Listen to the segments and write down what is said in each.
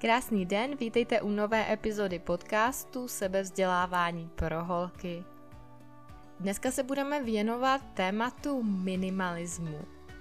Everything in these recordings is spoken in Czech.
Krásný den, vítejte u nové epizody podcastu Sebevzdělávání pro holky. Dneska se budeme věnovat tématu minimalismu.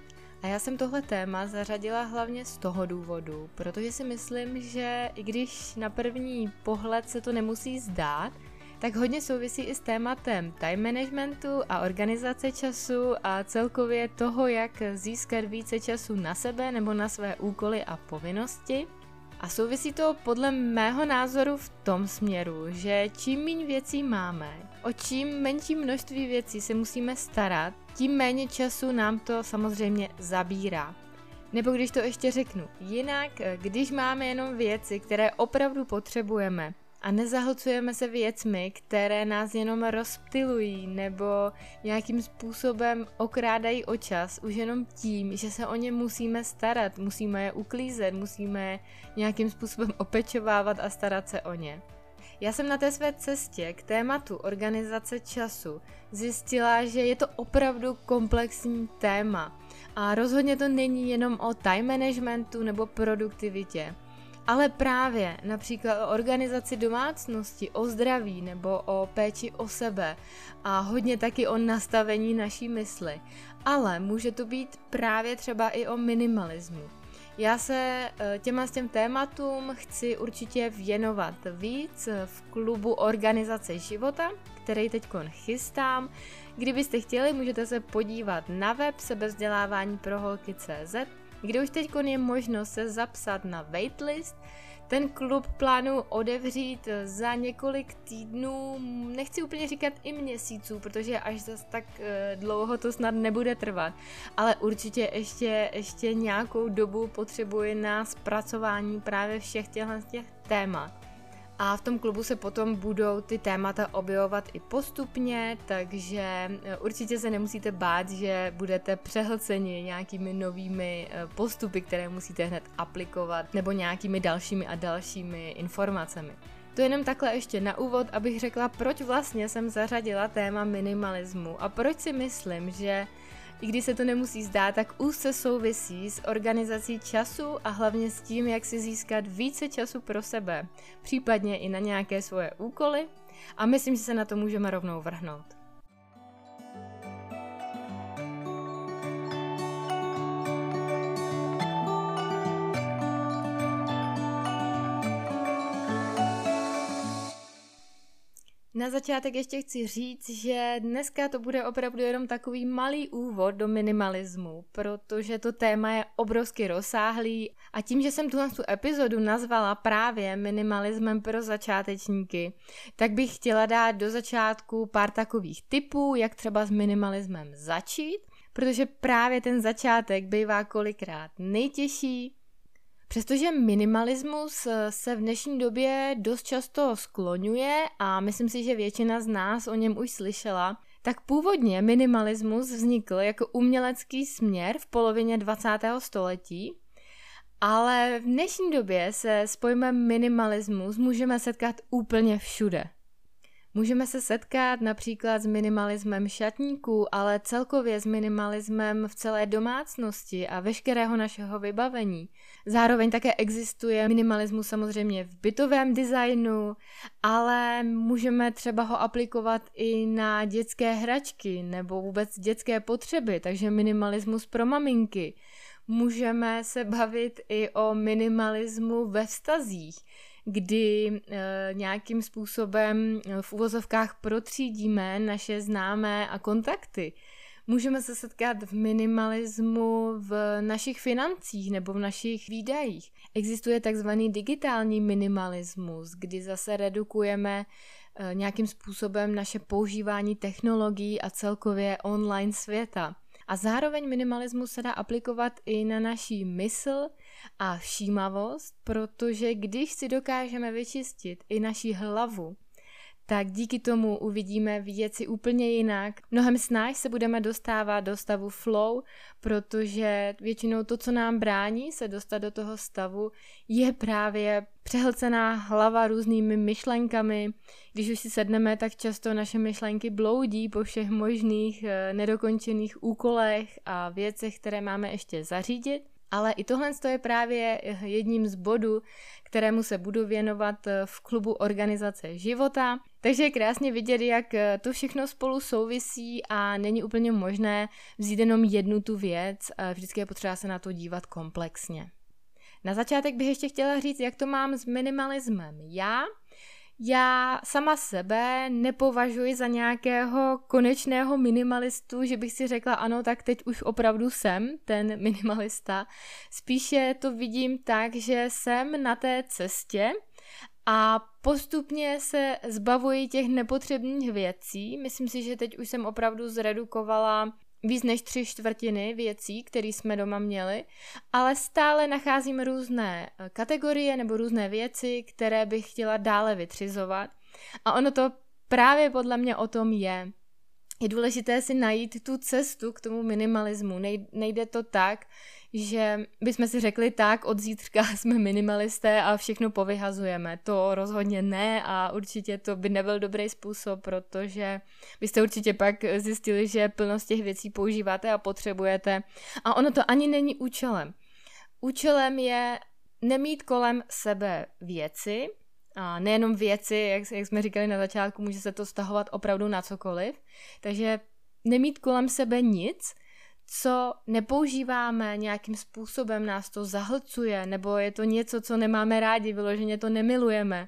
A já jsem tohle téma zařadila hlavně z toho důvodu, protože si myslím, že i když na první pohled se to nemusí zdát, tak hodně souvisí i s tématem time managementu a organizace času a celkově toho, jak získat více času na sebe nebo na své úkoly a povinnosti. A souvisí to podle mého názoru v tom směru, že čím méně věcí máme, o čím menší množství věcí se musíme starat, tím méně času nám to samozřejmě zabírá. Nebo když to ještě řeknu jinak, když máme jenom věci, které opravdu potřebujeme a nezahlcujeme se věcmi, které nás jenom rozptylují nebo nějakým způsobem okrádají o čas, už jenom tím, že se o ně musíme starat, musíme je uklízet, musíme je nějakým způsobem opečovávat a starat se o ně. Já jsem na té své cestě k tématu organizace času zjistila, že je to opravdu komplexní téma a rozhodně to není jenom o time managementu nebo produktivitě, ale právě například o organizaci domácnosti, o zdraví nebo o péči o sebe a hodně taky o nastavení naší mysli. Ale může to být právě třeba i o minimalismu. Já se těm tématům chci určitě věnovat víc v klubu Organizace života, který teďkon chystám. Kdybyste chtěli, můžete se podívat na web sebevzděláváníproholky.cz, kde už teďkon je možnost se zapsat na waitlist. Ten klub plánuji otevřít za několik týdnů, nechci úplně říkat i měsíců, protože až zas tak dlouho to snad nebude trvat, ale určitě ještě nějakou dobu potřebuji na zpracování právě všech těch témat. A v tom klubu se potom budou ty témata objevovat i postupně, takže určitě se nemusíte bát, že budete přehlceni nějakými novými postupy, které musíte hned aplikovat, nebo nějakými dalšími informacemi. To jenom takhle ještě na úvod, abych řekla, proč vlastně jsem zařadila téma minimalismu a proč si myslím, že i když se to nemusí zdát, tak úzce souvisí s organizací času a hlavně s tím, jak si získat více času pro sebe, případně i na nějaké svoje úkoly, a myslím, že se na to můžeme rovnou vrhnout. Na začátek ještě chci říct, že dneska to bude opravdu jenom takový malý úvod do minimalismu, protože to téma je obrovsky rozsáhlý a tím, že jsem tu epizodu nazvala právě minimalismem pro začátečníky, tak bych chtěla dát do začátku pár takových tipů, jak třeba s minimalismem začít, protože právě ten začátek bývá kolikrát nejtěžší. Přestože minimalismus se v dnešní době dost často skloňuje a myslím si, že většina z nás o něm už slyšela, tak původně minimalismus vznikl jako umělecký směr v polovině 20. století, ale v dnešní době se s pojmem minimalismus můžeme setkat úplně všude. Můžeme se setkat například s minimalismem šatníků, ale celkově s minimalismem v celé domácnosti a veškerého našeho vybavení. Zároveň také existuje minimalismus samozřejmě v bytovém designu, ale můžeme třeba ho aplikovat i na dětské hračky nebo vůbec dětské potřeby, takže minimalismus pro maminky. Můžeme se bavit i o minimalismu ve vztazích, kdy nějakým způsobem v uvozovkách protřídíme naše známé a kontakty. Můžeme se setkat v minimalismu v našich financích nebo v našich výdajích. Existuje takzvaný digitální minimalismus, kdy zase redukujeme nějakým způsobem naše používání technologií a celkově online světa. A zároveň minimalismus se dá aplikovat i na naší mysl a všímavost, protože když si dokážeme vyčistit i naši hlavu, tak díky tomu uvidíme věci úplně jinak. Mnohem snáž se budeme dostávat do stavu flow, protože většinou to, co nám brání se dostat do toho stavu, je právě přehlcená hlava různými myšlenkami. Když už si sedneme, tak často naše myšlenky bloudí po všech možných nedokončených úkolech a věcech, které máme ještě zařídit. Ale i tohle je právě jedním z bodů, kterému se budu věnovat v klubu Organizace života. Takže je krásně vidět, jak to všechno spolu souvisí a není úplně možné vzít jenom jednu tu věc, vždycky je potřeba se na to dívat komplexně. Na začátek bych ještě chtěla říct, jak to mám s minimalismem. Já sama sebe nepovažuji za nějakého konečného minimalistu, že bych si řekla, ano, tak teď už opravdu jsem ten minimalista. Spíše to vidím tak, že jsem na té cestě a postupně se zbavuji těch nepotřebných věcí. Myslím si, že teď už jsem opravdu zredukovala víc než 3/4 věcí, které jsme doma měli, ale stále nacházím různé kategorie nebo různé věci, které bych chtěla dále vytřizovat. A ono to právě podle mě o tom je. Je důležité si najít tu cestu k tomu minimalismu. Nejde to tak, že bychom si řekli tak, od zítřka jsme minimalisté a všechno povyhazujeme. To rozhodně ne a určitě to by nebyl dobrý způsob, protože byste určitě pak zjistili, že plnost těch věcí používáte a potřebujete. A ono to ani není účelem. Účelem je nemít kolem sebe věci, a nejenom věci, jak jsme říkali na začátku, může se to vztahovat opravdu na cokoliv. Takže nemít kolem sebe nic, co nepoužíváme nějakým způsobem, nás to zahlcuje, nebo je to něco, co nemáme rádi, vyloženě to nemilujeme,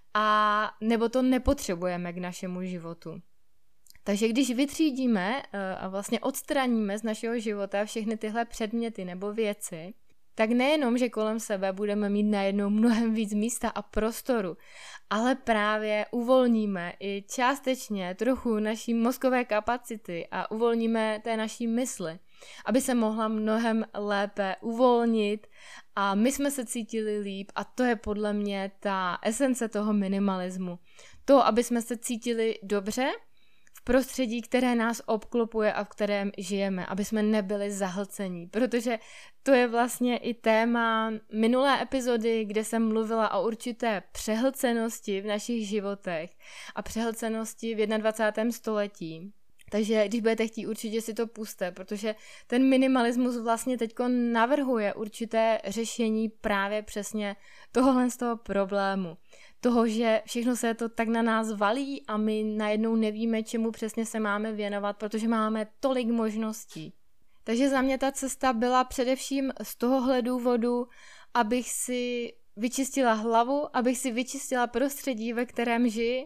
a nebo to nepotřebujeme k našemu životu. Takže když vytřídíme a vlastně odstraníme z našeho života všechny tyhle předměty nebo věci, tak nejenom, že kolem sebe budeme mít najednou mnohem víc místa a prostoru, ale právě uvolníme i částečně trochu naší mozkové kapacity a uvolníme té naší mysli, aby se mohla mnohem lépe uvolnit a my jsme se cítili líp a to je podle mě ta esence toho minimalismu. To, aby jsme se cítili dobře v prostředí, které nás obklopuje a v kterém žijeme, aby jsme nebyli zahlcení, protože to je vlastně i téma minulé epizody, kde jsem mluvila o určité přehlcenosti v našich životech a přehlcenosti v 21. století. Takže když budete chtít, určitě si to pusťte, protože ten minimalismus vlastně teďko navrhuje určité řešení právě přesně tohohle z toho problému. Toho, že všechno se to tak na nás valí a my najednou nevíme, čemu přesně se máme věnovat, protože máme tolik možností. Takže za mě ta cesta byla především z tohohle důvodu, abych si vyčistila hlavu, abych si vyčistila prostředí, ve kterém žiji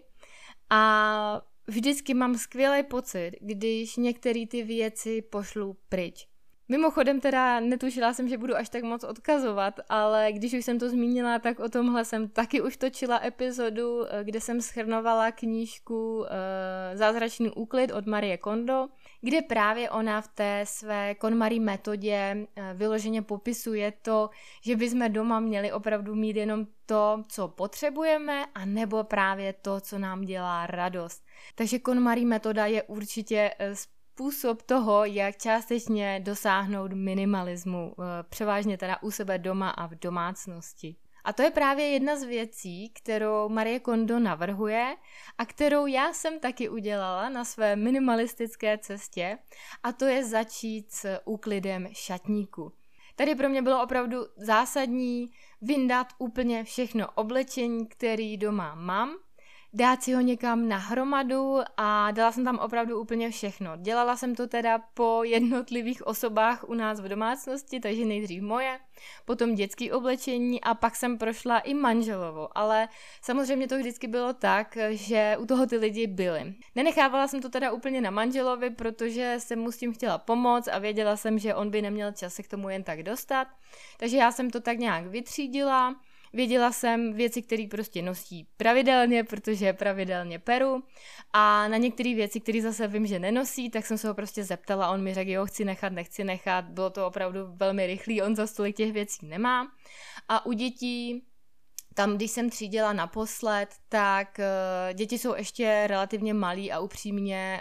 a vždycky mám skvělý pocit, když některé ty věci pošlu pryč. Mimochodem teda netušila jsem, že budu až tak moc odkazovat, ale když už jsem to zmínila, tak o tomhle jsem taky už točila epizodu, kde jsem shrnovala knížku Zázračný úklid od Marie Kondo, kde právě ona v té své KonMari metodě vyloženě popisuje to, že bychom doma měli opravdu mít jenom to, co potřebujeme, a nebo právě to, co nám dělá radost. Takže KonMari metoda je určitě způsob toho, jak částečně dosáhnout minimalismu, převážně teda u sebe doma a v domácnosti. A to je právě jedna z věcí, kterou Marie Kondo navrhuje a kterou já jsem taky udělala na své minimalistické cestě, a to je začít s úklidem šatníku. Tady pro mě bylo opravdu zásadní vyndat úplně všechno oblečení, který doma mám, dát si ho někam na hromadu a dala jsem tam opravdu úplně všechno. Dělala jsem to teda po jednotlivých osobách u nás v domácnosti, takže nejdřív moje, potom dětské oblečení a pak jsem prošla i manželovo, ale samozřejmě to vždycky bylo tak, že u toho ty lidi byli. Nenechávala jsem to teda úplně na manželovi, protože jsem mu s tím chtěla pomoct a věděla jsem, že on by neměl čas se k tomu jen tak dostat, takže já jsem to tak nějak vytřídila. Věděla jsem věci, které prostě nosí pravidelně, protože pravidelně peru, a na některé věci, které zase vím, že nenosí, tak jsem se ho prostě zeptala, on mi řekl, jo, chci nechat, nechci nechat, bylo to opravdu velmi rychlý, on za tolik těch věcí nemá. A u dětí Tam, když jsem třídila naposled, tak děti jsou ještě relativně malí a upřímně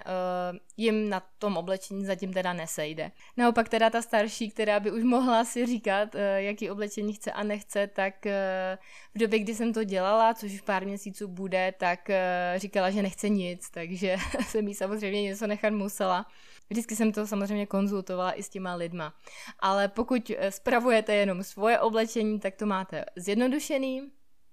jim na tom oblečení zatím teda nesejde. Naopak teda ta starší, která by už mohla si říkat, jaký oblečení chce a nechce, tak v době, kdy jsem to dělala, což už pár měsíců bude, tak říkala, že nechce nic, takže jsem jí samozřejmě něco nechat musela. Vždycky jsem to samozřejmě konzultovala i s těma lidma. Ale pokud spravujete jenom svoje oblečení, tak to máte zjednodušený.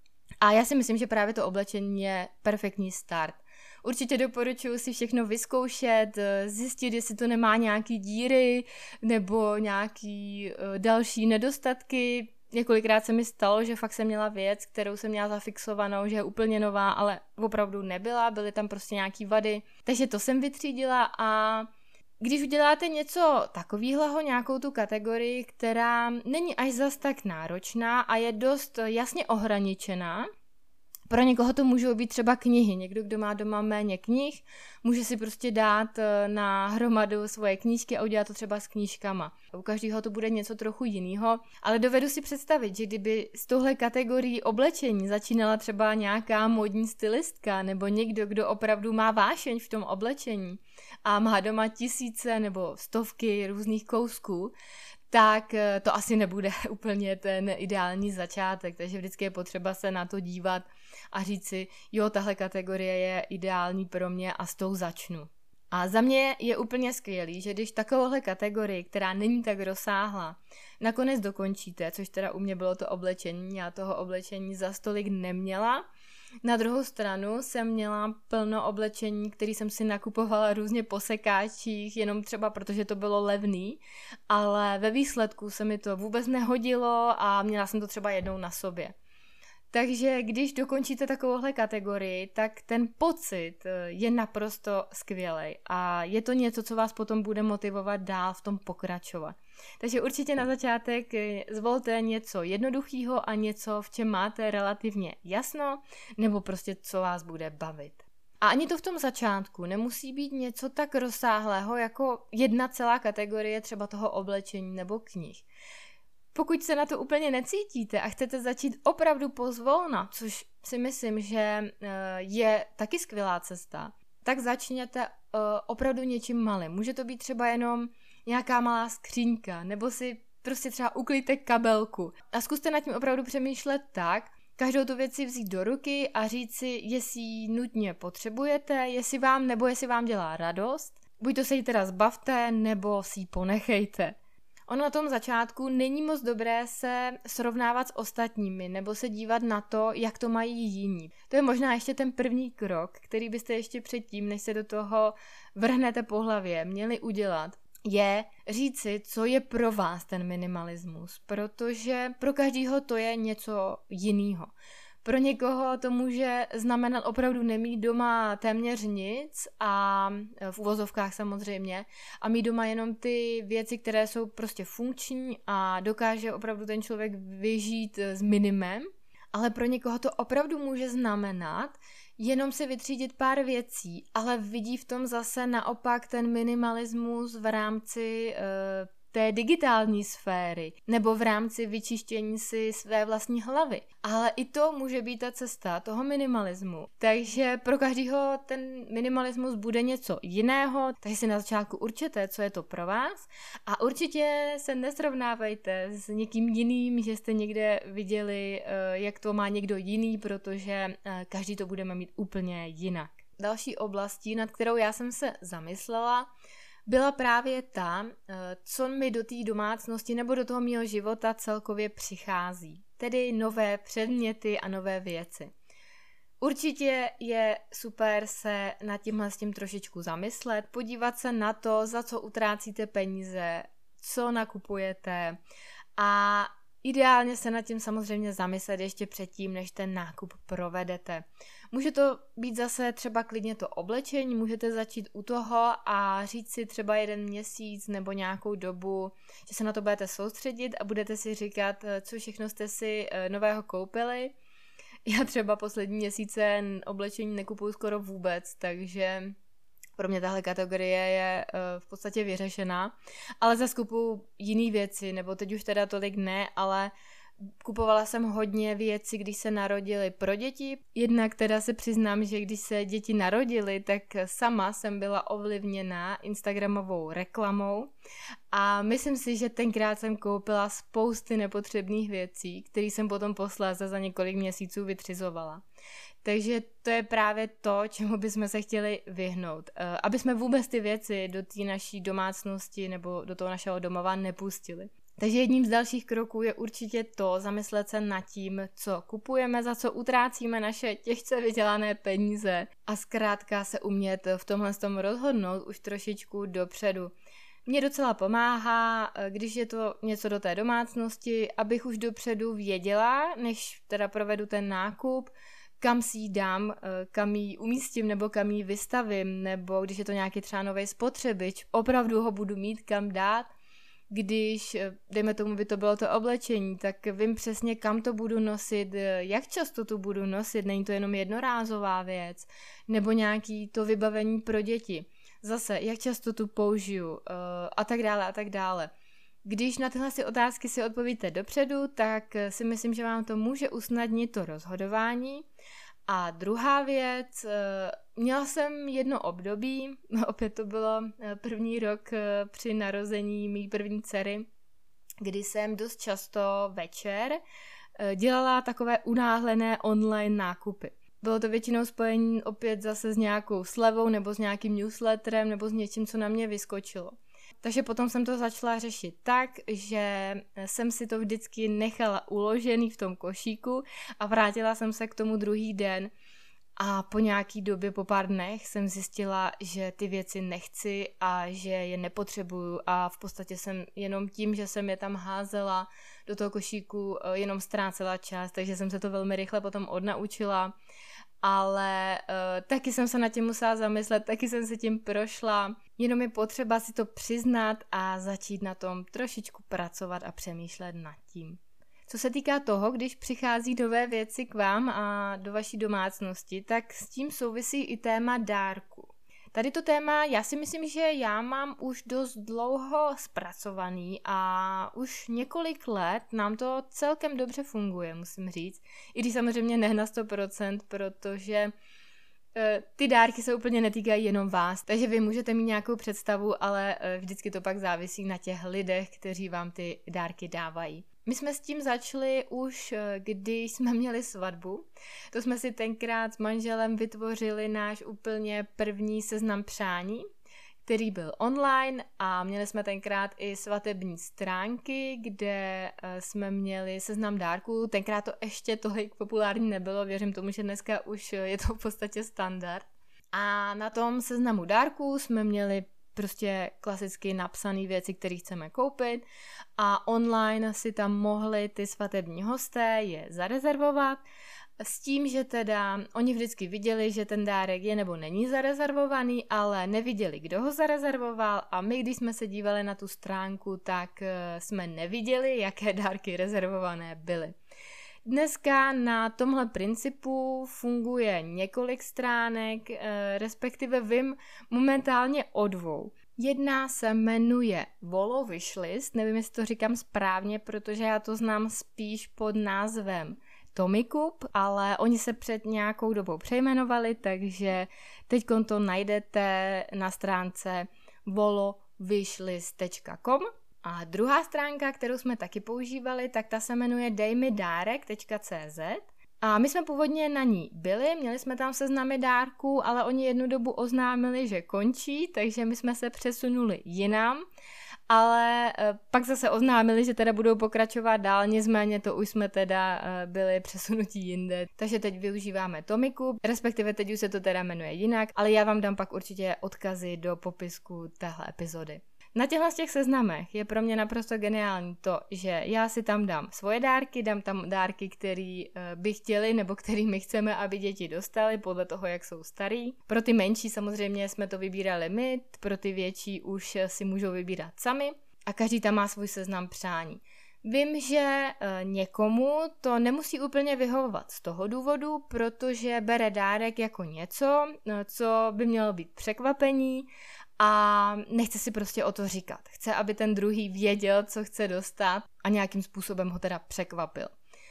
A já si myslím, že právě to oblečení je perfektní start. Určitě doporučuji si všechno vyzkoušet, zjistit, jestli to nemá nějaký díry nebo nějaký další nedostatky. Několikrát se mi stalo, že fakt jsem měla věc, kterou jsem měla zafixovanou, že je úplně nová, ale opravdu nebyla, byly tam prostě nějaký vady. Takže to jsem vytřídila a když uděláte něco takového, nějakou tu kategorii, která není až zas tak náročná a je dost jasně ohraničená, pro někoho to můžou být třeba knihy. Někdo, kdo má doma méně knih, může si prostě dát na hromadu svoje knížky a udělat to třeba s knížkama. U každého to bude něco trochu jiného, ale dovedu si představit, že kdyby z tohle kategorii oblečení začínala třeba nějaká módní stylistka nebo někdo, kdo opravdu má vášeň v tom oblečení a má doma tisíce nebo stovky různých kousků, tak to asi nebude úplně ten ideální začátek, takže vždycky je potřeba se na to dívat a říct si, jo, tahle kategorie je ideální pro mě a s tou začnu. A za mě je úplně skvělý, že když takovouhle kategorii, která není tak rozsáhlá, nakonec dokončíte, což teda u mě bylo to oblečení, já toho oblečení za stolik neměla. Na druhou stranu jsem měla plno oblečení, který jsem si nakupovala různě po sekáčích, jenom třeba protože to bylo levný, ale ve výsledku se mi to vůbec nehodilo a měla jsem to třeba jednou na sobě. Takže když dokončíte takovouhle kategorii, tak ten pocit je naprosto skvělej a je to něco, co vás potom bude motivovat dál v tom pokračovat. Takže určitě na začátek zvolte něco jednoduchého a něco, v čem máte relativně jasno, nebo prostě co vás bude bavit. A ani to v tom začátku nemusí být něco tak rozsáhlého jako jedna celá kategorie třeba toho oblečení nebo knih. Pokud se na to úplně necítíte a chcete začít opravdu pozvolna, což si myslím, že je taky skvělá cesta, tak začněte opravdu něčím malým. Může to být třeba jenom nějaká malá skříňka, nebo si prostě třeba uklidte kabelku. A zkuste nad tím opravdu přemýšlet tak, každou tu věc si vzít do ruky a říct si, jestli ji nutně potřebujete, jestli vám dělá radost. Buď to se jí teda zbavte, nebo si ji ponechejte. Ono na tom začátku není moc dobré se srovnávat s ostatními nebo se dívat na to, jak to mají jiní. To je možná ještě ten první krok, který byste ještě předtím, než se do toho vrhnete po hlavě, měli udělat, je říci, co je pro vás ten minimalismus, protože pro každého to je něco jiného. Pro někoho to může znamenat opravdu nemít doma téměř nic a v uvozovkách samozřejmě a mít doma jenom ty věci, které jsou prostě funkční a dokáže opravdu ten člověk vyžít s minimem, ale pro někoho to opravdu může znamenat jenom si vytřídit pár věcí, ale vidí v tom zase naopak ten minimalismus v rámci té digitální sféry nebo v rámci vyčištění si své vlastní hlavy. Ale i to může být ta cesta toho minimalismu. Takže pro každého ten minimalismus bude něco jiného, takže si na začátku určete, co je to pro vás a určitě se nesrovnávejte s někým jiným, že jste někde viděli, jak to má někdo jiný, protože každý to budeme mít úplně jinak. Další oblastí, nad kterou já jsem se zamyslela, byla právě ta, co mi do té domácnosti nebo do toho mého života celkově přichází. Tedy nové předměty a nové věci. Určitě je super se nad tímhle s tím trošičku zamyslet, podívat se na to, za co utrácíte peníze, co nakupujete a ideálně se nad tím samozřejmě zamyslet ještě předtím, než ten nákup provedete. Může to být zase třeba klidně to oblečení, můžete začít u toho a říct si třeba 1 měsíc nebo nějakou dobu, že se na to budete soustředit a budete si říkat, co všechno jste si nového koupili. Já třeba poslední měsíce oblečení nekupuju skoro vůbec, takže pro mě tahle kategorie je v podstatě vyřešená, ale zase kupuju jiný věci, nebo teď už teda tolik ne, ale Kupovala jsem hodně věcí, když se narodily pro děti. Jednak teda se přiznám, že když se děti narodily, tak sama jsem byla ovlivněná instagramovou reklamou a myslím si, že tenkrát jsem koupila spousty nepotřebných věcí, které jsem potom posléze za několik měsíců vytřizovala. Takže to je právě to, čemu bychom se chtěli vyhnout. Aby jsme vůbec ty věci do té naší domácnosti nebo do toho našeho domova nepustili. Takže jedním z dalších kroků je určitě to zamyslet se nad tím, co kupujeme, za co utrácíme naše těžce vydělané peníze a zkrátka se umět v tomhle tom rozhodnout už trošičku dopředu. Mně docela pomáhá, když je to něco do té domácnosti, abych už dopředu věděla, než teda provedu ten nákup, kam si ji dám, kam ji umístím nebo kam ji vystavím, nebo když je to nějaký třeba nový spotřebič, opravdu ho budu mít kam dát. Když, dejme tomu, by to bylo to oblečení, tak vím přesně, kam to budu nosit, jak často to budu nosit, není to jenom jednorázová věc, nebo nějaký to vybavení pro děti. Zase, jak často tu použiju a tak dále a tak dále. Když na tyhle otázky si odpovíte dopředu, tak si myslím, že vám to může usnadnit to rozhodování. A druhá věc, měla jsem jedno období, opět to bylo první rok při narození mý první dcery, kdy jsem dost často večer dělala takové unáhlené online nákupy. Bylo to většinou spojení opět zase s nějakou slevou nebo s nějakým newsletterem nebo s něčím, co na mě vyskočilo. Takže potom jsem to začala řešit tak, že jsem si to vždycky nechala uložený v tom košíku a vrátila jsem se k tomu druhý den a po nějaký době, po pár dnech jsem zjistila, že ty věci nechci a že je nepotřebuju a v podstatě jsem jenom tím, že jsem je tam házela do toho košíku, jenom ztrácela čas, takže jsem se to velmi rychle potom odnaučila. Ale taky jsem se nad tím musela zamyslet, taky jsem se tím prošla, jenom je potřeba si to přiznat a začít na tom trošičku pracovat a přemýšlet nad tím. Co se týká toho, když přichází nové věci k vám a do vaší domácnosti, tak s tím souvisí i téma dárku. Tady to téma, já si myslím, že já mám už dost dlouho zpracovaný a už několik let nám to celkem dobře funguje, musím říct. I když samozřejmě ne na 100%, protože ty dárky se úplně netýkají jenom vás, takže vy můžete mít nějakou představu, ale vždycky to pak závisí na těch lidech, kteří vám ty dárky dávají. My jsme s tím začali už, když jsme měli svatbu. To jsme si tenkrát s manželem vytvořili náš úplně první seznam přání, který byl online a měli jsme tenkrát i svatební stránky, kde jsme měli seznam dárků. Tenkrát to ještě tolik populární nebylo, věřím tomu, že dneska už je to v podstatě standard. A na tom seznamu dárků jsme měli prostě klasicky napsané věci, které chceme koupit a online si tam mohli ty svatební hosté je zarezervovat s tím, že teda oni vždycky viděli, že ten dárek je nebo není zarezervovaný, ale neviděli, kdo ho zarezervoval a my, když jsme se dívali na tu stránku, tak jsme neviděli, jaké dárky rezervované byly. Dneska na tomhle principu funguje několik stránek, respektive vím momentálně o dvou. Jedna se jmenuje Volo Wishlist, nevím, jestli to říkám správně, protože já to znám spíš pod názvem Tomikup, ale oni se před nějakou dobou přejmenovali, takže teď to najdete na stránce volowishlist.com. A druhá stránka, kterou jsme taky používali, tak ta se jmenuje dejmidárek.cz a my jsme původně na ní byli, měli jsme tam seznamy dárků, ale oni jednu dobu oznámili, že končí, takže my jsme se přesunuli jinam, ale pak zase oznámili, že teda budou pokračovat dál, nicméně to už jsme teda byli přesunutí jinde. Takže teď využíváme Tomikup, respektive teď už se to teda jmenuje jinak, ale já vám dám pak určitě odkazy do popisku téhle epizody. Na těchto těch seznamech je pro mě naprosto geniální to, že já si tam dám svoje dárky, dám tam dárky, které by chtěli nebo kterými chceme, aby děti dostaly podle toho, jak jsou starý. Pro ty menší samozřejmě jsme to vybírali my, pro ty větší už si můžou vybírat sami a každý tam má svůj seznam přání. Vím, že někomu to nemusí úplně vyhovovat z toho důvodu, protože bere dárek jako něco, co by mělo být překvapení a nechce si prostě o to říkat. Chce, aby ten druhý věděl, co chce dostat a nějakým způsobem ho teda překvapil.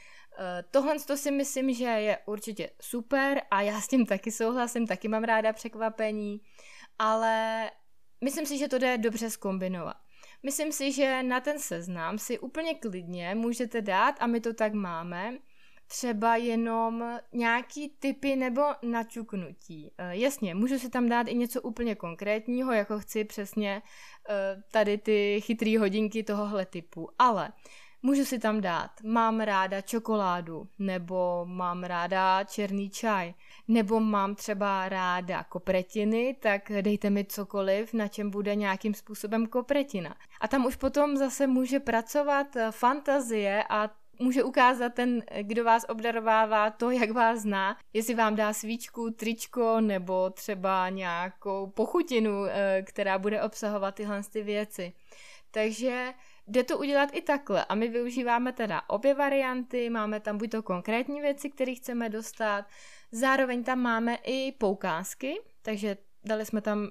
Tohle to si myslím, že je určitě super a já s tím taky souhlasím, taky mám ráda překvapení, ale myslím si, že to jde dobře zkombinovat. Myslím si, že na ten seznam si úplně klidně můžete dát, a my to tak máme, třeba jenom nějaký tipy nebo naťuknutí. Jasně, můžu si tam dát i něco úplně konkrétního, jako chci přesně tady ty chytrý hodinky tohohle typu, ale můžu si tam dát, mám ráda čokoládu, nebo mám ráda černý čaj, nebo mám třeba ráda kopretiny, tak dejte mi cokoliv, na čem bude nějakým způsobem kopretina. A tam už potom zase může pracovat fantazie a může ukázat ten, kdo vás obdarovává, to, jak vás zná, jestli vám dá svíčku, tričko nebo třeba nějakou pochutinu, která bude obsahovat tyhle věci. Takže jde to udělat i takhle a my využíváme teda obě varianty, máme tam buď to konkrétní věci, které chceme dostat, zároveň tam máme i poukázky, takže dali jsme tam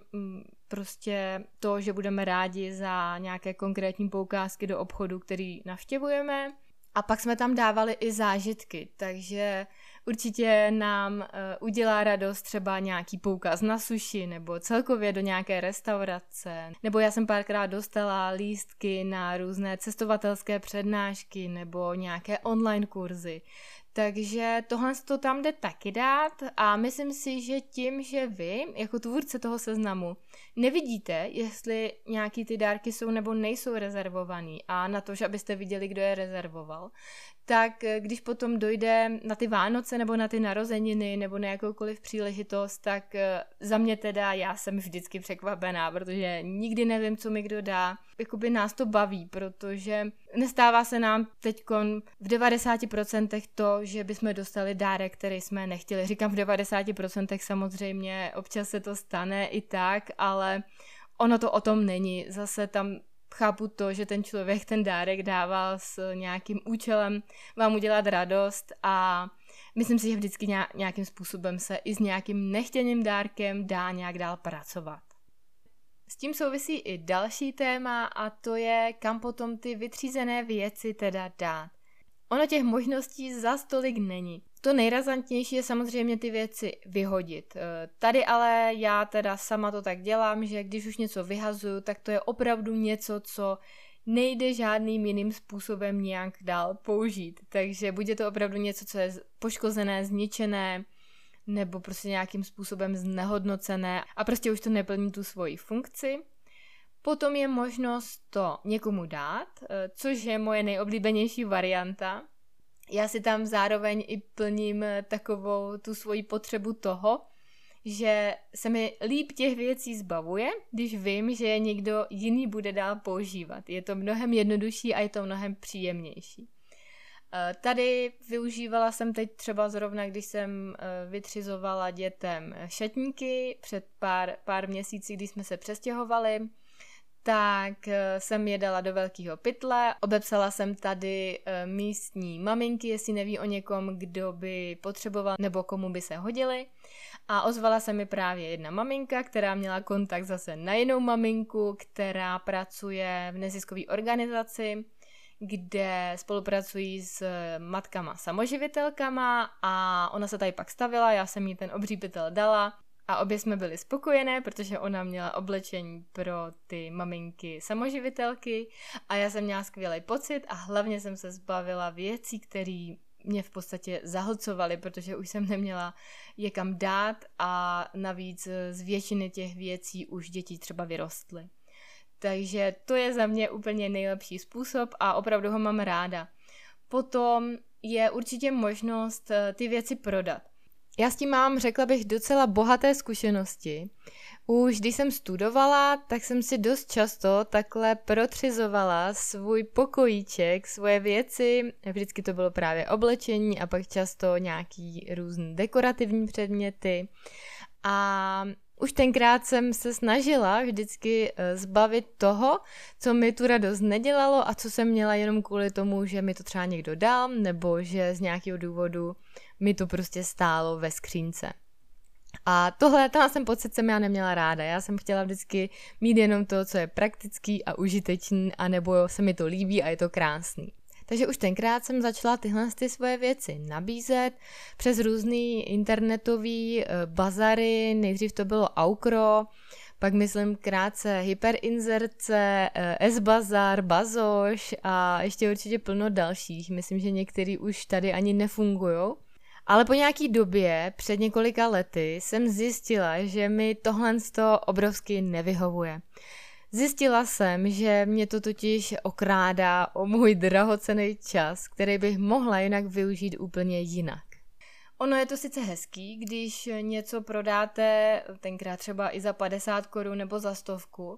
prostě to, že budeme rádi za nějaké konkrétní poukázky do obchodu, který navštěvujeme. A pak jsme tam dávali i zážitky, takže určitě nám udělá radost třeba nějaký poukaz na sushi nebo celkově do nějaké restaurace. Nebo já jsem párkrát dostala lístky na různé cestovatelské přednášky nebo nějaké online kurzy. Takže tohle to tam jde taky dát a myslím si, že tím, že vy, jako tvůrce toho seznamu, nevidíte, jestli nějaký ty dárky jsou nebo nejsou rezervovaný a na to, že abyste viděli, kdo je rezervoval, tak když potom dojde na ty Vánoce nebo na ty narozeniny nebo na jakoukoliv příležitost, tak za mě teda já jsem vždycky překvapená, protože nikdy nevím, co mi kdo dá. Jakoby nás to baví, protože nestává se nám teďkon v 90% to, že bychom dostali dárek, který jsme nechtěli. Říkám v 90% samozřejmě, občas se to stane i tak, ale ono to o tom není. Zase tam chápu to, že ten člověk ten dárek dává s nějakým účelem vám udělat radost a myslím si, že vždycky nějakým způsobem se i s nějakým nechtěným dárkem dá nějak dál pracovat. S tím souvisí i další téma a to je, kam potom ty vytřízené věci teda dát. Ono těch možností zas tolik není. To nejrazantnější je samozřejmě ty věci vyhodit. Tady ale já teda sama to tak dělám, že když už něco vyhazuju, tak to je opravdu něco, co nejde žádným jiným způsobem nějak dál použít. Takže buď je to opravdu něco, co je poškozené, zničené, nebo prostě nějakým způsobem znehodnocené a prostě už to neplní tu svoji funkci. Potom je možnost to někomu dát, což je moje nejoblíbenější varianta. Já si tam zároveň i plním takovou tu svoji potřebu toho, že se mi líp těch věcí zbavuje, když vím, že je někdo jiný bude dál používat. Je to mnohem jednodušší a je to mnohem příjemnější. Tady využívala jsem teď třeba zrovna, když jsem vytřizovala dětem šatníky před pár měsíci, když jsme se přestěhovali, tak jsem je dala do velkého pytle, obepsala jsem tady místní maminky, jestli neví o někom, kdo by potřeboval nebo komu by se hodili. A ozvala se mi právě jedna maminka, která měla kontakt zase na jinou maminku, která pracuje v neziskové organizaci, kde spolupracují s matkama samoživitelkama a ona se tady pak stavila, já jsem jí ten obří pytel dala a obě jsme byli spokojené, protože ona měla oblečení pro ty maminky samoživitelky a já jsem měla skvělý pocit a hlavně jsem se zbavila věcí, které mě v podstatě zahlcovaly, protože už jsem neměla je kam dát a navíc z většiny těch věcí už děti třeba vyrostly. Takže to je za mě úplně nejlepší způsob a opravdu ho mám ráda. Potom je určitě možnost ty věci prodat. Já s tím mám, řekla bych, docela bohaté zkušenosti. Už když jsem studovala, tak jsem si dost často takhle protřizovala svůj pokojíček, svoje věci. Vždycky to bylo právě oblečení a pak často nějaký různý dekorativní předměty. A Už tenkrát jsem se snažila vždycky zbavit toho, co mi tu radost nedělalo a co jsem měla jenom kvůli tomu, že mi to třeba někdo dal, nebo že z nějakého důvodu mi to prostě stálo ve skřínce. A tenhle jsem pocit jsem já neměla ráda. Já jsem chtěla vždycky mít jenom to, co je praktický a užitečný, anebo se mi to líbí a je to krásný. Takže už tenkrát jsem začala tyhle svoje věci nabízet přes různý internetový bazary, nejdřív to bylo Aukro, pak myslím krátce Hyperinzerce, S-Bazar, Bazoš a ještě určitě plno dalších. Myslím, že některý už tady ani nefungujou. Ale po nějaký době, před několika lety, jsem zjistila, že mi tohle obrovsky nevyhovuje. Zjistila jsem, že mě to totiž okrádá o můj drahocenný čas, který bych mohla jinak využít úplně jinak. Ono je to sice hezký, když něco prodáte tenkrát třeba i za 50 korun nebo za 100,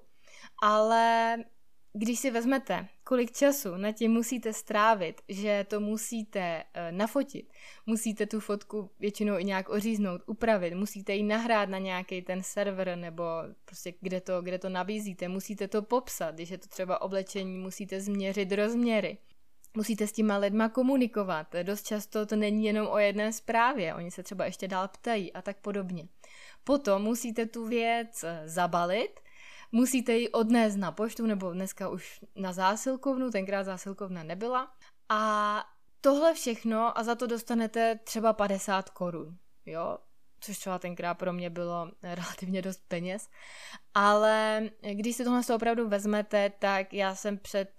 ale když si vezmete, kolik času nad tím musíte strávit, že to musíte nafotit, musíte tu fotku většinou i nějak oříznout, upravit, musíte ji nahrát na nějaký ten server nebo prostě kde to nabízíte, musíte to popsat, když je to třeba oblečení, musíte změřit rozměry. Musíte s těma lidma komunikovat. Dost často to není jenom o jedné zprávě, oni se třeba ještě dál ptají a tak podobně. Potom musíte tu věc zabalit, musíte ji odnést na poštu, nebo dneska už na zásilkovnu, tenkrát zásilkovna nebyla. A tohle všechno a za to dostanete třeba 50 korun, jo? Což třeba tenkrát pro mě bylo relativně dost peněz. Ale když si tohle opravdu vezmete, tak já jsem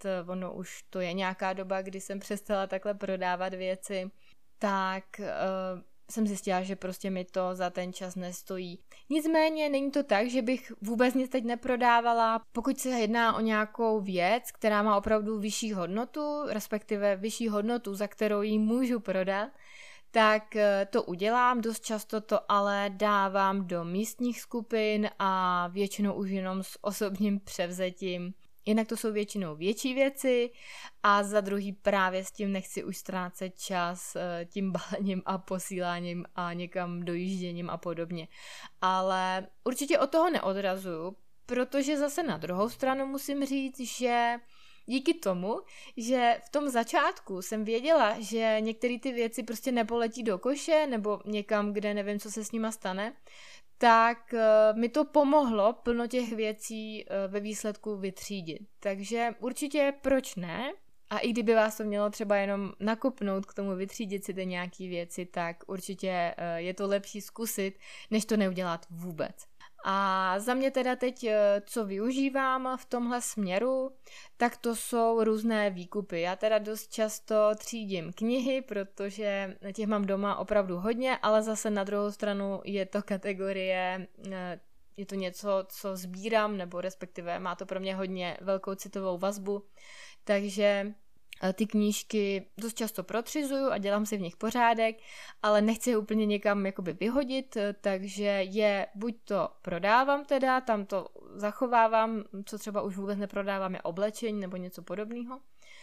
už to je nějaká doba, kdy jsem přestala takhle prodávat věci, tak jsem zjistila, že prostě mi to za ten čas nestojí. Nicméně není to tak, že bych vůbec nic teď neprodávala. Pokud se jedná o nějakou věc, která má opravdu vyšší hodnotu, respektive vyšší hodnotu, za kterou ji můžu prodat, tak to udělám. Dost často to ale dávám do místních skupin a většinou už jenom s osobním převzetím. Jednak to jsou většinou větší věci a za druhý právě s tím nechci už ztrácet čas tím balením a posíláním a někam dojížděním a podobně. Ale určitě od toho neodrazuju, protože zase na druhou stranu musím říct, že díky tomu, že v tom začátku jsem věděla, že některé ty věci prostě nepoletí do koše nebo někam, kde nevím, co se s nima stane, tak mi to pomohlo plno těch věcí ve výsledku vytřídit. Takže určitě proč ne? A i kdyby vás to mělo třeba jenom nakopnout k tomu vytřídit si ty nějaký věci, tak určitě je to lepší zkusit, než to neudělat vůbec. A za mě teda teď, co využívám v tomhle směru, tak to jsou různé výkupy. Já teda dost často třídím knihy, protože těch mám doma opravdu hodně, ale zase na druhou stranu je to kategorie, je to něco, co sbírám, nebo respektive má to pro mě hodně velkou citovou vazbu, takže ty knížky dost často protřizuju a dělám si v nich pořádek, ale nechci je úplně někam jakoby vyhodit, takže je buď to prodávám teda, tam to zachovávám, co třeba už vůbec neprodávám je oblečení nebo něco podobného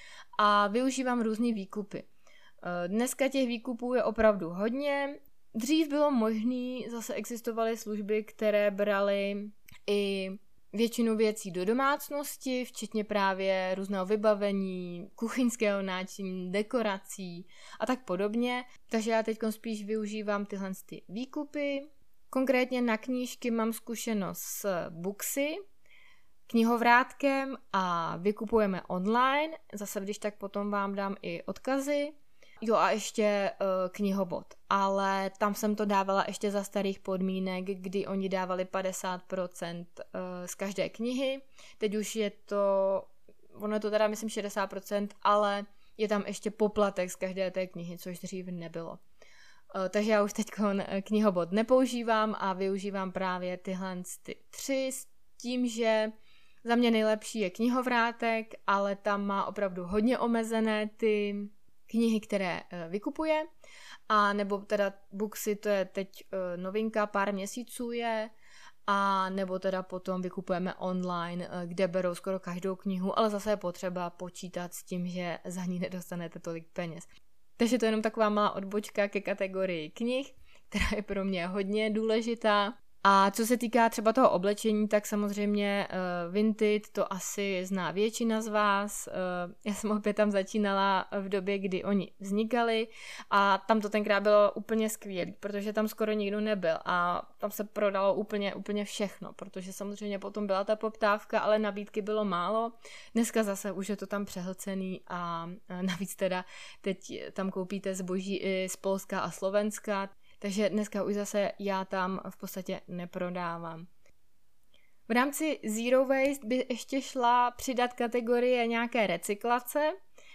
a využívám různý výkupy. Dneska těch výkupů je opravdu hodně. Dřív bylo možné, zase existovaly služby, které braly i většinu věcí do domácnosti, včetně právě různého vybavení, kuchyňského náčiní, dekorací a tak podobně. Takže já teď spíš využívám tyhle výkupy. Konkrétně na knížky mám zkušenost s Booksy, knihovrátkem a vykupujeme online. Zase když tak potom vám dám i odkazy. Jo a ještě knihobot, ale tam jsem to dávala ještě za starých podmínek, kdy oni dávali 50% z každé knihy. Teď už je to, ono je to teda myslím 60%, ale je tam ještě poplatek z každé té knihy, což dřív nebylo. Takže já už teď knihobot nepoužívám a využívám právě tyhle tři s tím, že za mě nejlepší je knihovrátek, ale tam má opravdu hodně omezené ty knihy, které vykupuje, a nebo teda Booksy, to je teď novinka, pár měsíců je, a nebo teda potom vykupujeme online, kde berou skoro každou knihu, ale zase je potřeba počítat s tím, že za ní nedostanete tolik peněz. Takže to je jenom taková malá odbočka ke kategorii knih, která je pro mě hodně důležitá. A co se týká třeba toho oblečení, tak samozřejmě Vinted to asi zná většina z vás. Já jsem opět tam začínala v době, kdy oni vznikali a tam to tenkrát bylo úplně skvělé, protože tam skoro nikdo nebyl a tam se prodalo úplně všechno, protože samozřejmě potom byla ta poptávka, ale nabídky bylo málo. Dneska zase už je to tam přehlcený a navíc teda teď tam koupíte zboží i z Polska a Slovenska, takže dneska už zase já tam v podstatě neprodávám. V rámci Zero Waste by ještě šla přidat kategorie nějaké recyklace,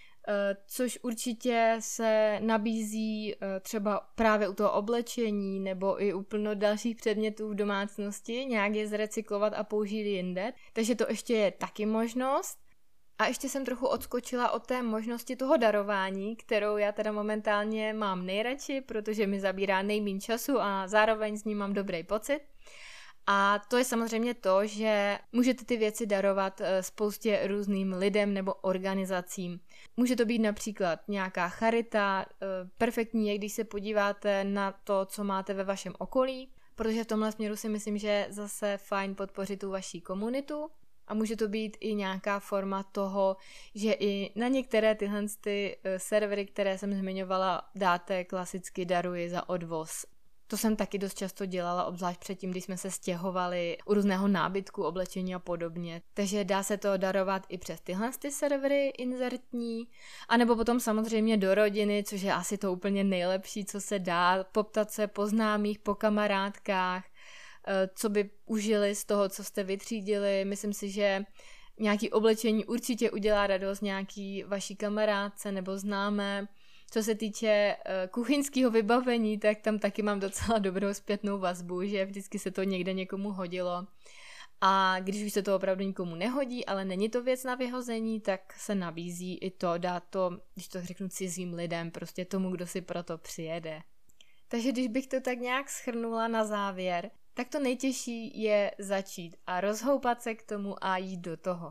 což určitě se nabízí třeba právě u toho oblečení nebo i u plno dalších předmětů v domácnosti, nějak je zrecyklovat a použít jinde. Takže to ještě je taky možnost. A ještě jsem trochu odskočila od té možnosti toho darování, kterou já teda momentálně mám nejradši, protože mi zabírá nejméně času a zároveň s ním mám dobrý pocit. A to je samozřejmě to, že můžete ty věci darovat spoustě různým lidem nebo organizacím. Může to být například nějaká charita, perfektní je, když se podíváte na to, co máte ve vašem okolí, protože v tomhle směru si myslím, že je zase fajn podpořit tu vaši komunitu. A může to být i nějaká forma toho, že i na některé tyhle servery, které jsem zmiňovala, dáte klasicky daruji za odvoz. To jsem taky dost často dělala, obzvlášť předtím, když jsme se stěhovali u různého nábytku, oblečení a podobně. Takže dá se to darovat i přes tyhle servery inzertní, anebo potom samozřejmě do rodiny, což je asi to úplně nejlepší, co se dá, poptat se po známých, po kamarádkách, co by užili z toho, co jste vytřídili. Myslím si, že nějaký oblečení určitě udělá radost nějaký vaší kamarádce nebo známé. Co se týče kuchyňského vybavení, tak tam taky mám docela dobrou zpětnou vazbu, že vždycky se to někde někomu hodilo. A když už se to opravdu nikomu nehodí, ale není to věc na vyhození, tak se nabízí i to, dát to, když to řeknu, cizím lidem, prostě tomu, kdo si pro to přijede. Takže když bych to tak nějak shrnula na závěr, tak to nejtěžší je začít a rozhoupat se k tomu a jít do toho.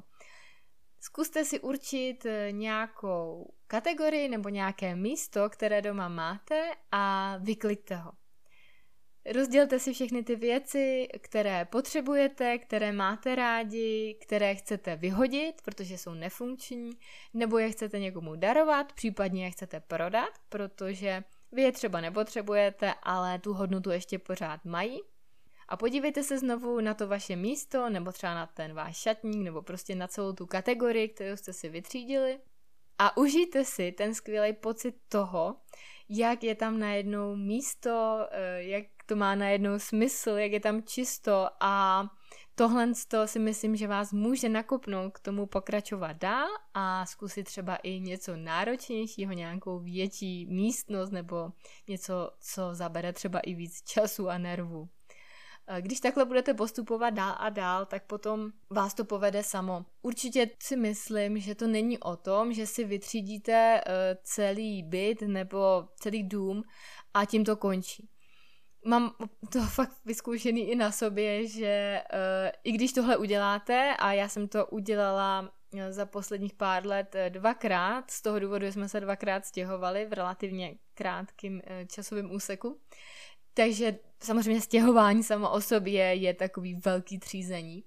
Zkuste si určit nějakou kategorii nebo nějaké místo, které doma máte a vykliďte ho. Rozdělte si všechny ty věci, které potřebujete, které máte rádi, které chcete vyhodit, protože jsou nefunkční, nebo je chcete někomu darovat, případně je chcete prodat, protože vy je třeba nepotřebujete, ale tu hodnotu ještě pořád mají. A podívejte se znovu na to vaše místo, nebo třeba na ten váš šatník, nebo prostě na celou tu kategorii, kterou jste si vytřídili. A užijte si ten skvělý pocit toho, jak je tam najednou místo, jak to má najednou smysl, jak je tam čisto a tohle si myslím, že vás může nakopnout k tomu pokračovat dál a zkusit třeba i něco náročnějšího, nějakou větší místnost nebo něco, co zabere třeba i víc času a nervů. Když takhle budete postupovat dál a dál, tak potom vás to povede samo. Určitě si myslím, že to není o tom, že si vytřídíte celý byt nebo celý dům a tím to končí. Mám to fakt vyzkoušený i na sobě, že i když tohle uděláte, a já jsem to udělala za posledních pár let 2krát, z toho důvodu, že jsme se 2krát stěhovali v relativně krátkém časovém úseku, takže samozřejmě stěhování samo o sobě je takový velký třízení.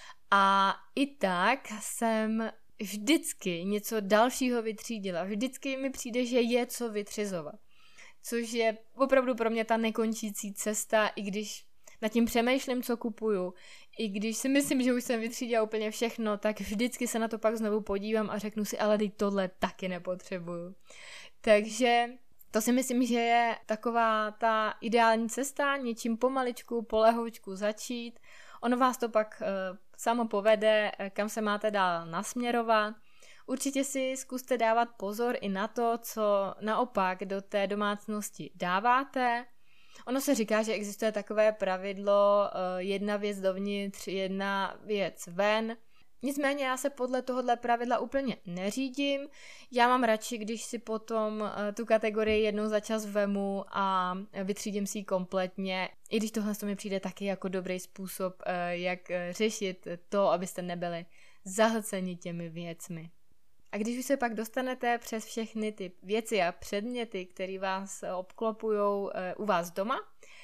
A i tak jsem vždycky něco dalšího vytřídila. Vždycky mi přijde, že je co vytřizovat. Což je opravdu pro mě ta nekončící cesta, i když nad tím přemýšlím, co kupuju, i když si myslím, že už jsem vytřídila úplně všechno, tak vždycky se na to pak znovu podívám a řeknu si, ale teď tohle taky nepotřebuju. Takže to si myslím, že je taková ta ideální cesta, něčím pomaličku, polehoučku začít. Ono vás to pak samo povede, kam se máte dál nasměrovat. Určitě si zkuste dávat pozor i na to, co naopak do té domácnosti dáváte. Ono se říká, že existuje takové pravidlo, jedna věc dovnitř, jedna věc ven. Nicméně já se podle tohohle pravidla úplně neřídím. Já mám radši, když si potom tu kategorii jednou za čas vemu a vytřídím si ji kompletně. I když tohle mi přijde taky jako dobrý způsob, jak řešit to, abyste nebyli zahlceni těmi věcmi. A když už se pak dostanete přes všechny ty věci a předměty, které vás obklopujou u vás doma,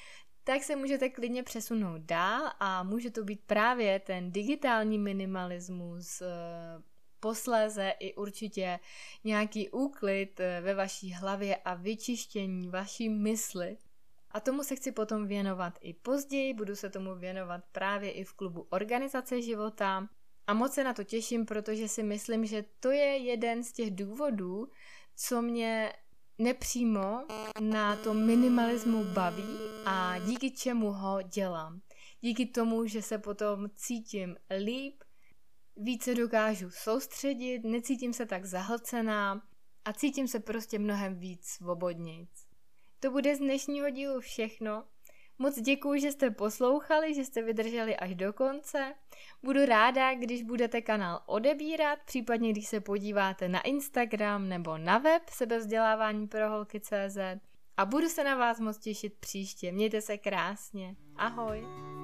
tak se můžete klidně přesunout dál a může to být právě ten digitální minimalismus, posléze i určitě nějaký úklid ve vaší hlavě a vyčištění vaší mysli. A tomu se chci potom věnovat i později, budu se tomu věnovat právě i v klubu Organizace života a moc se na to těším, protože si myslím, že to je jeden z těch důvodů, co mě nepřímo na tom minimalismu baví a díky čemu ho dělám. Díky tomu, že se potom cítím líp, více dokážu soustředit, necítím se tak zahlcená a cítím se prostě mnohem víc svobodnějc. To bude z dnešního dílu všechno. Moc děkuji, že jste poslouchali, že jste vydrželi až do konce. Budu ráda, když budete kanál odebírat, případně když se podíváte na Instagram nebo na web sebevzdělávání pro holky.cz a budu se na vás moc těšit příště. Mějte se krásně. Ahoj!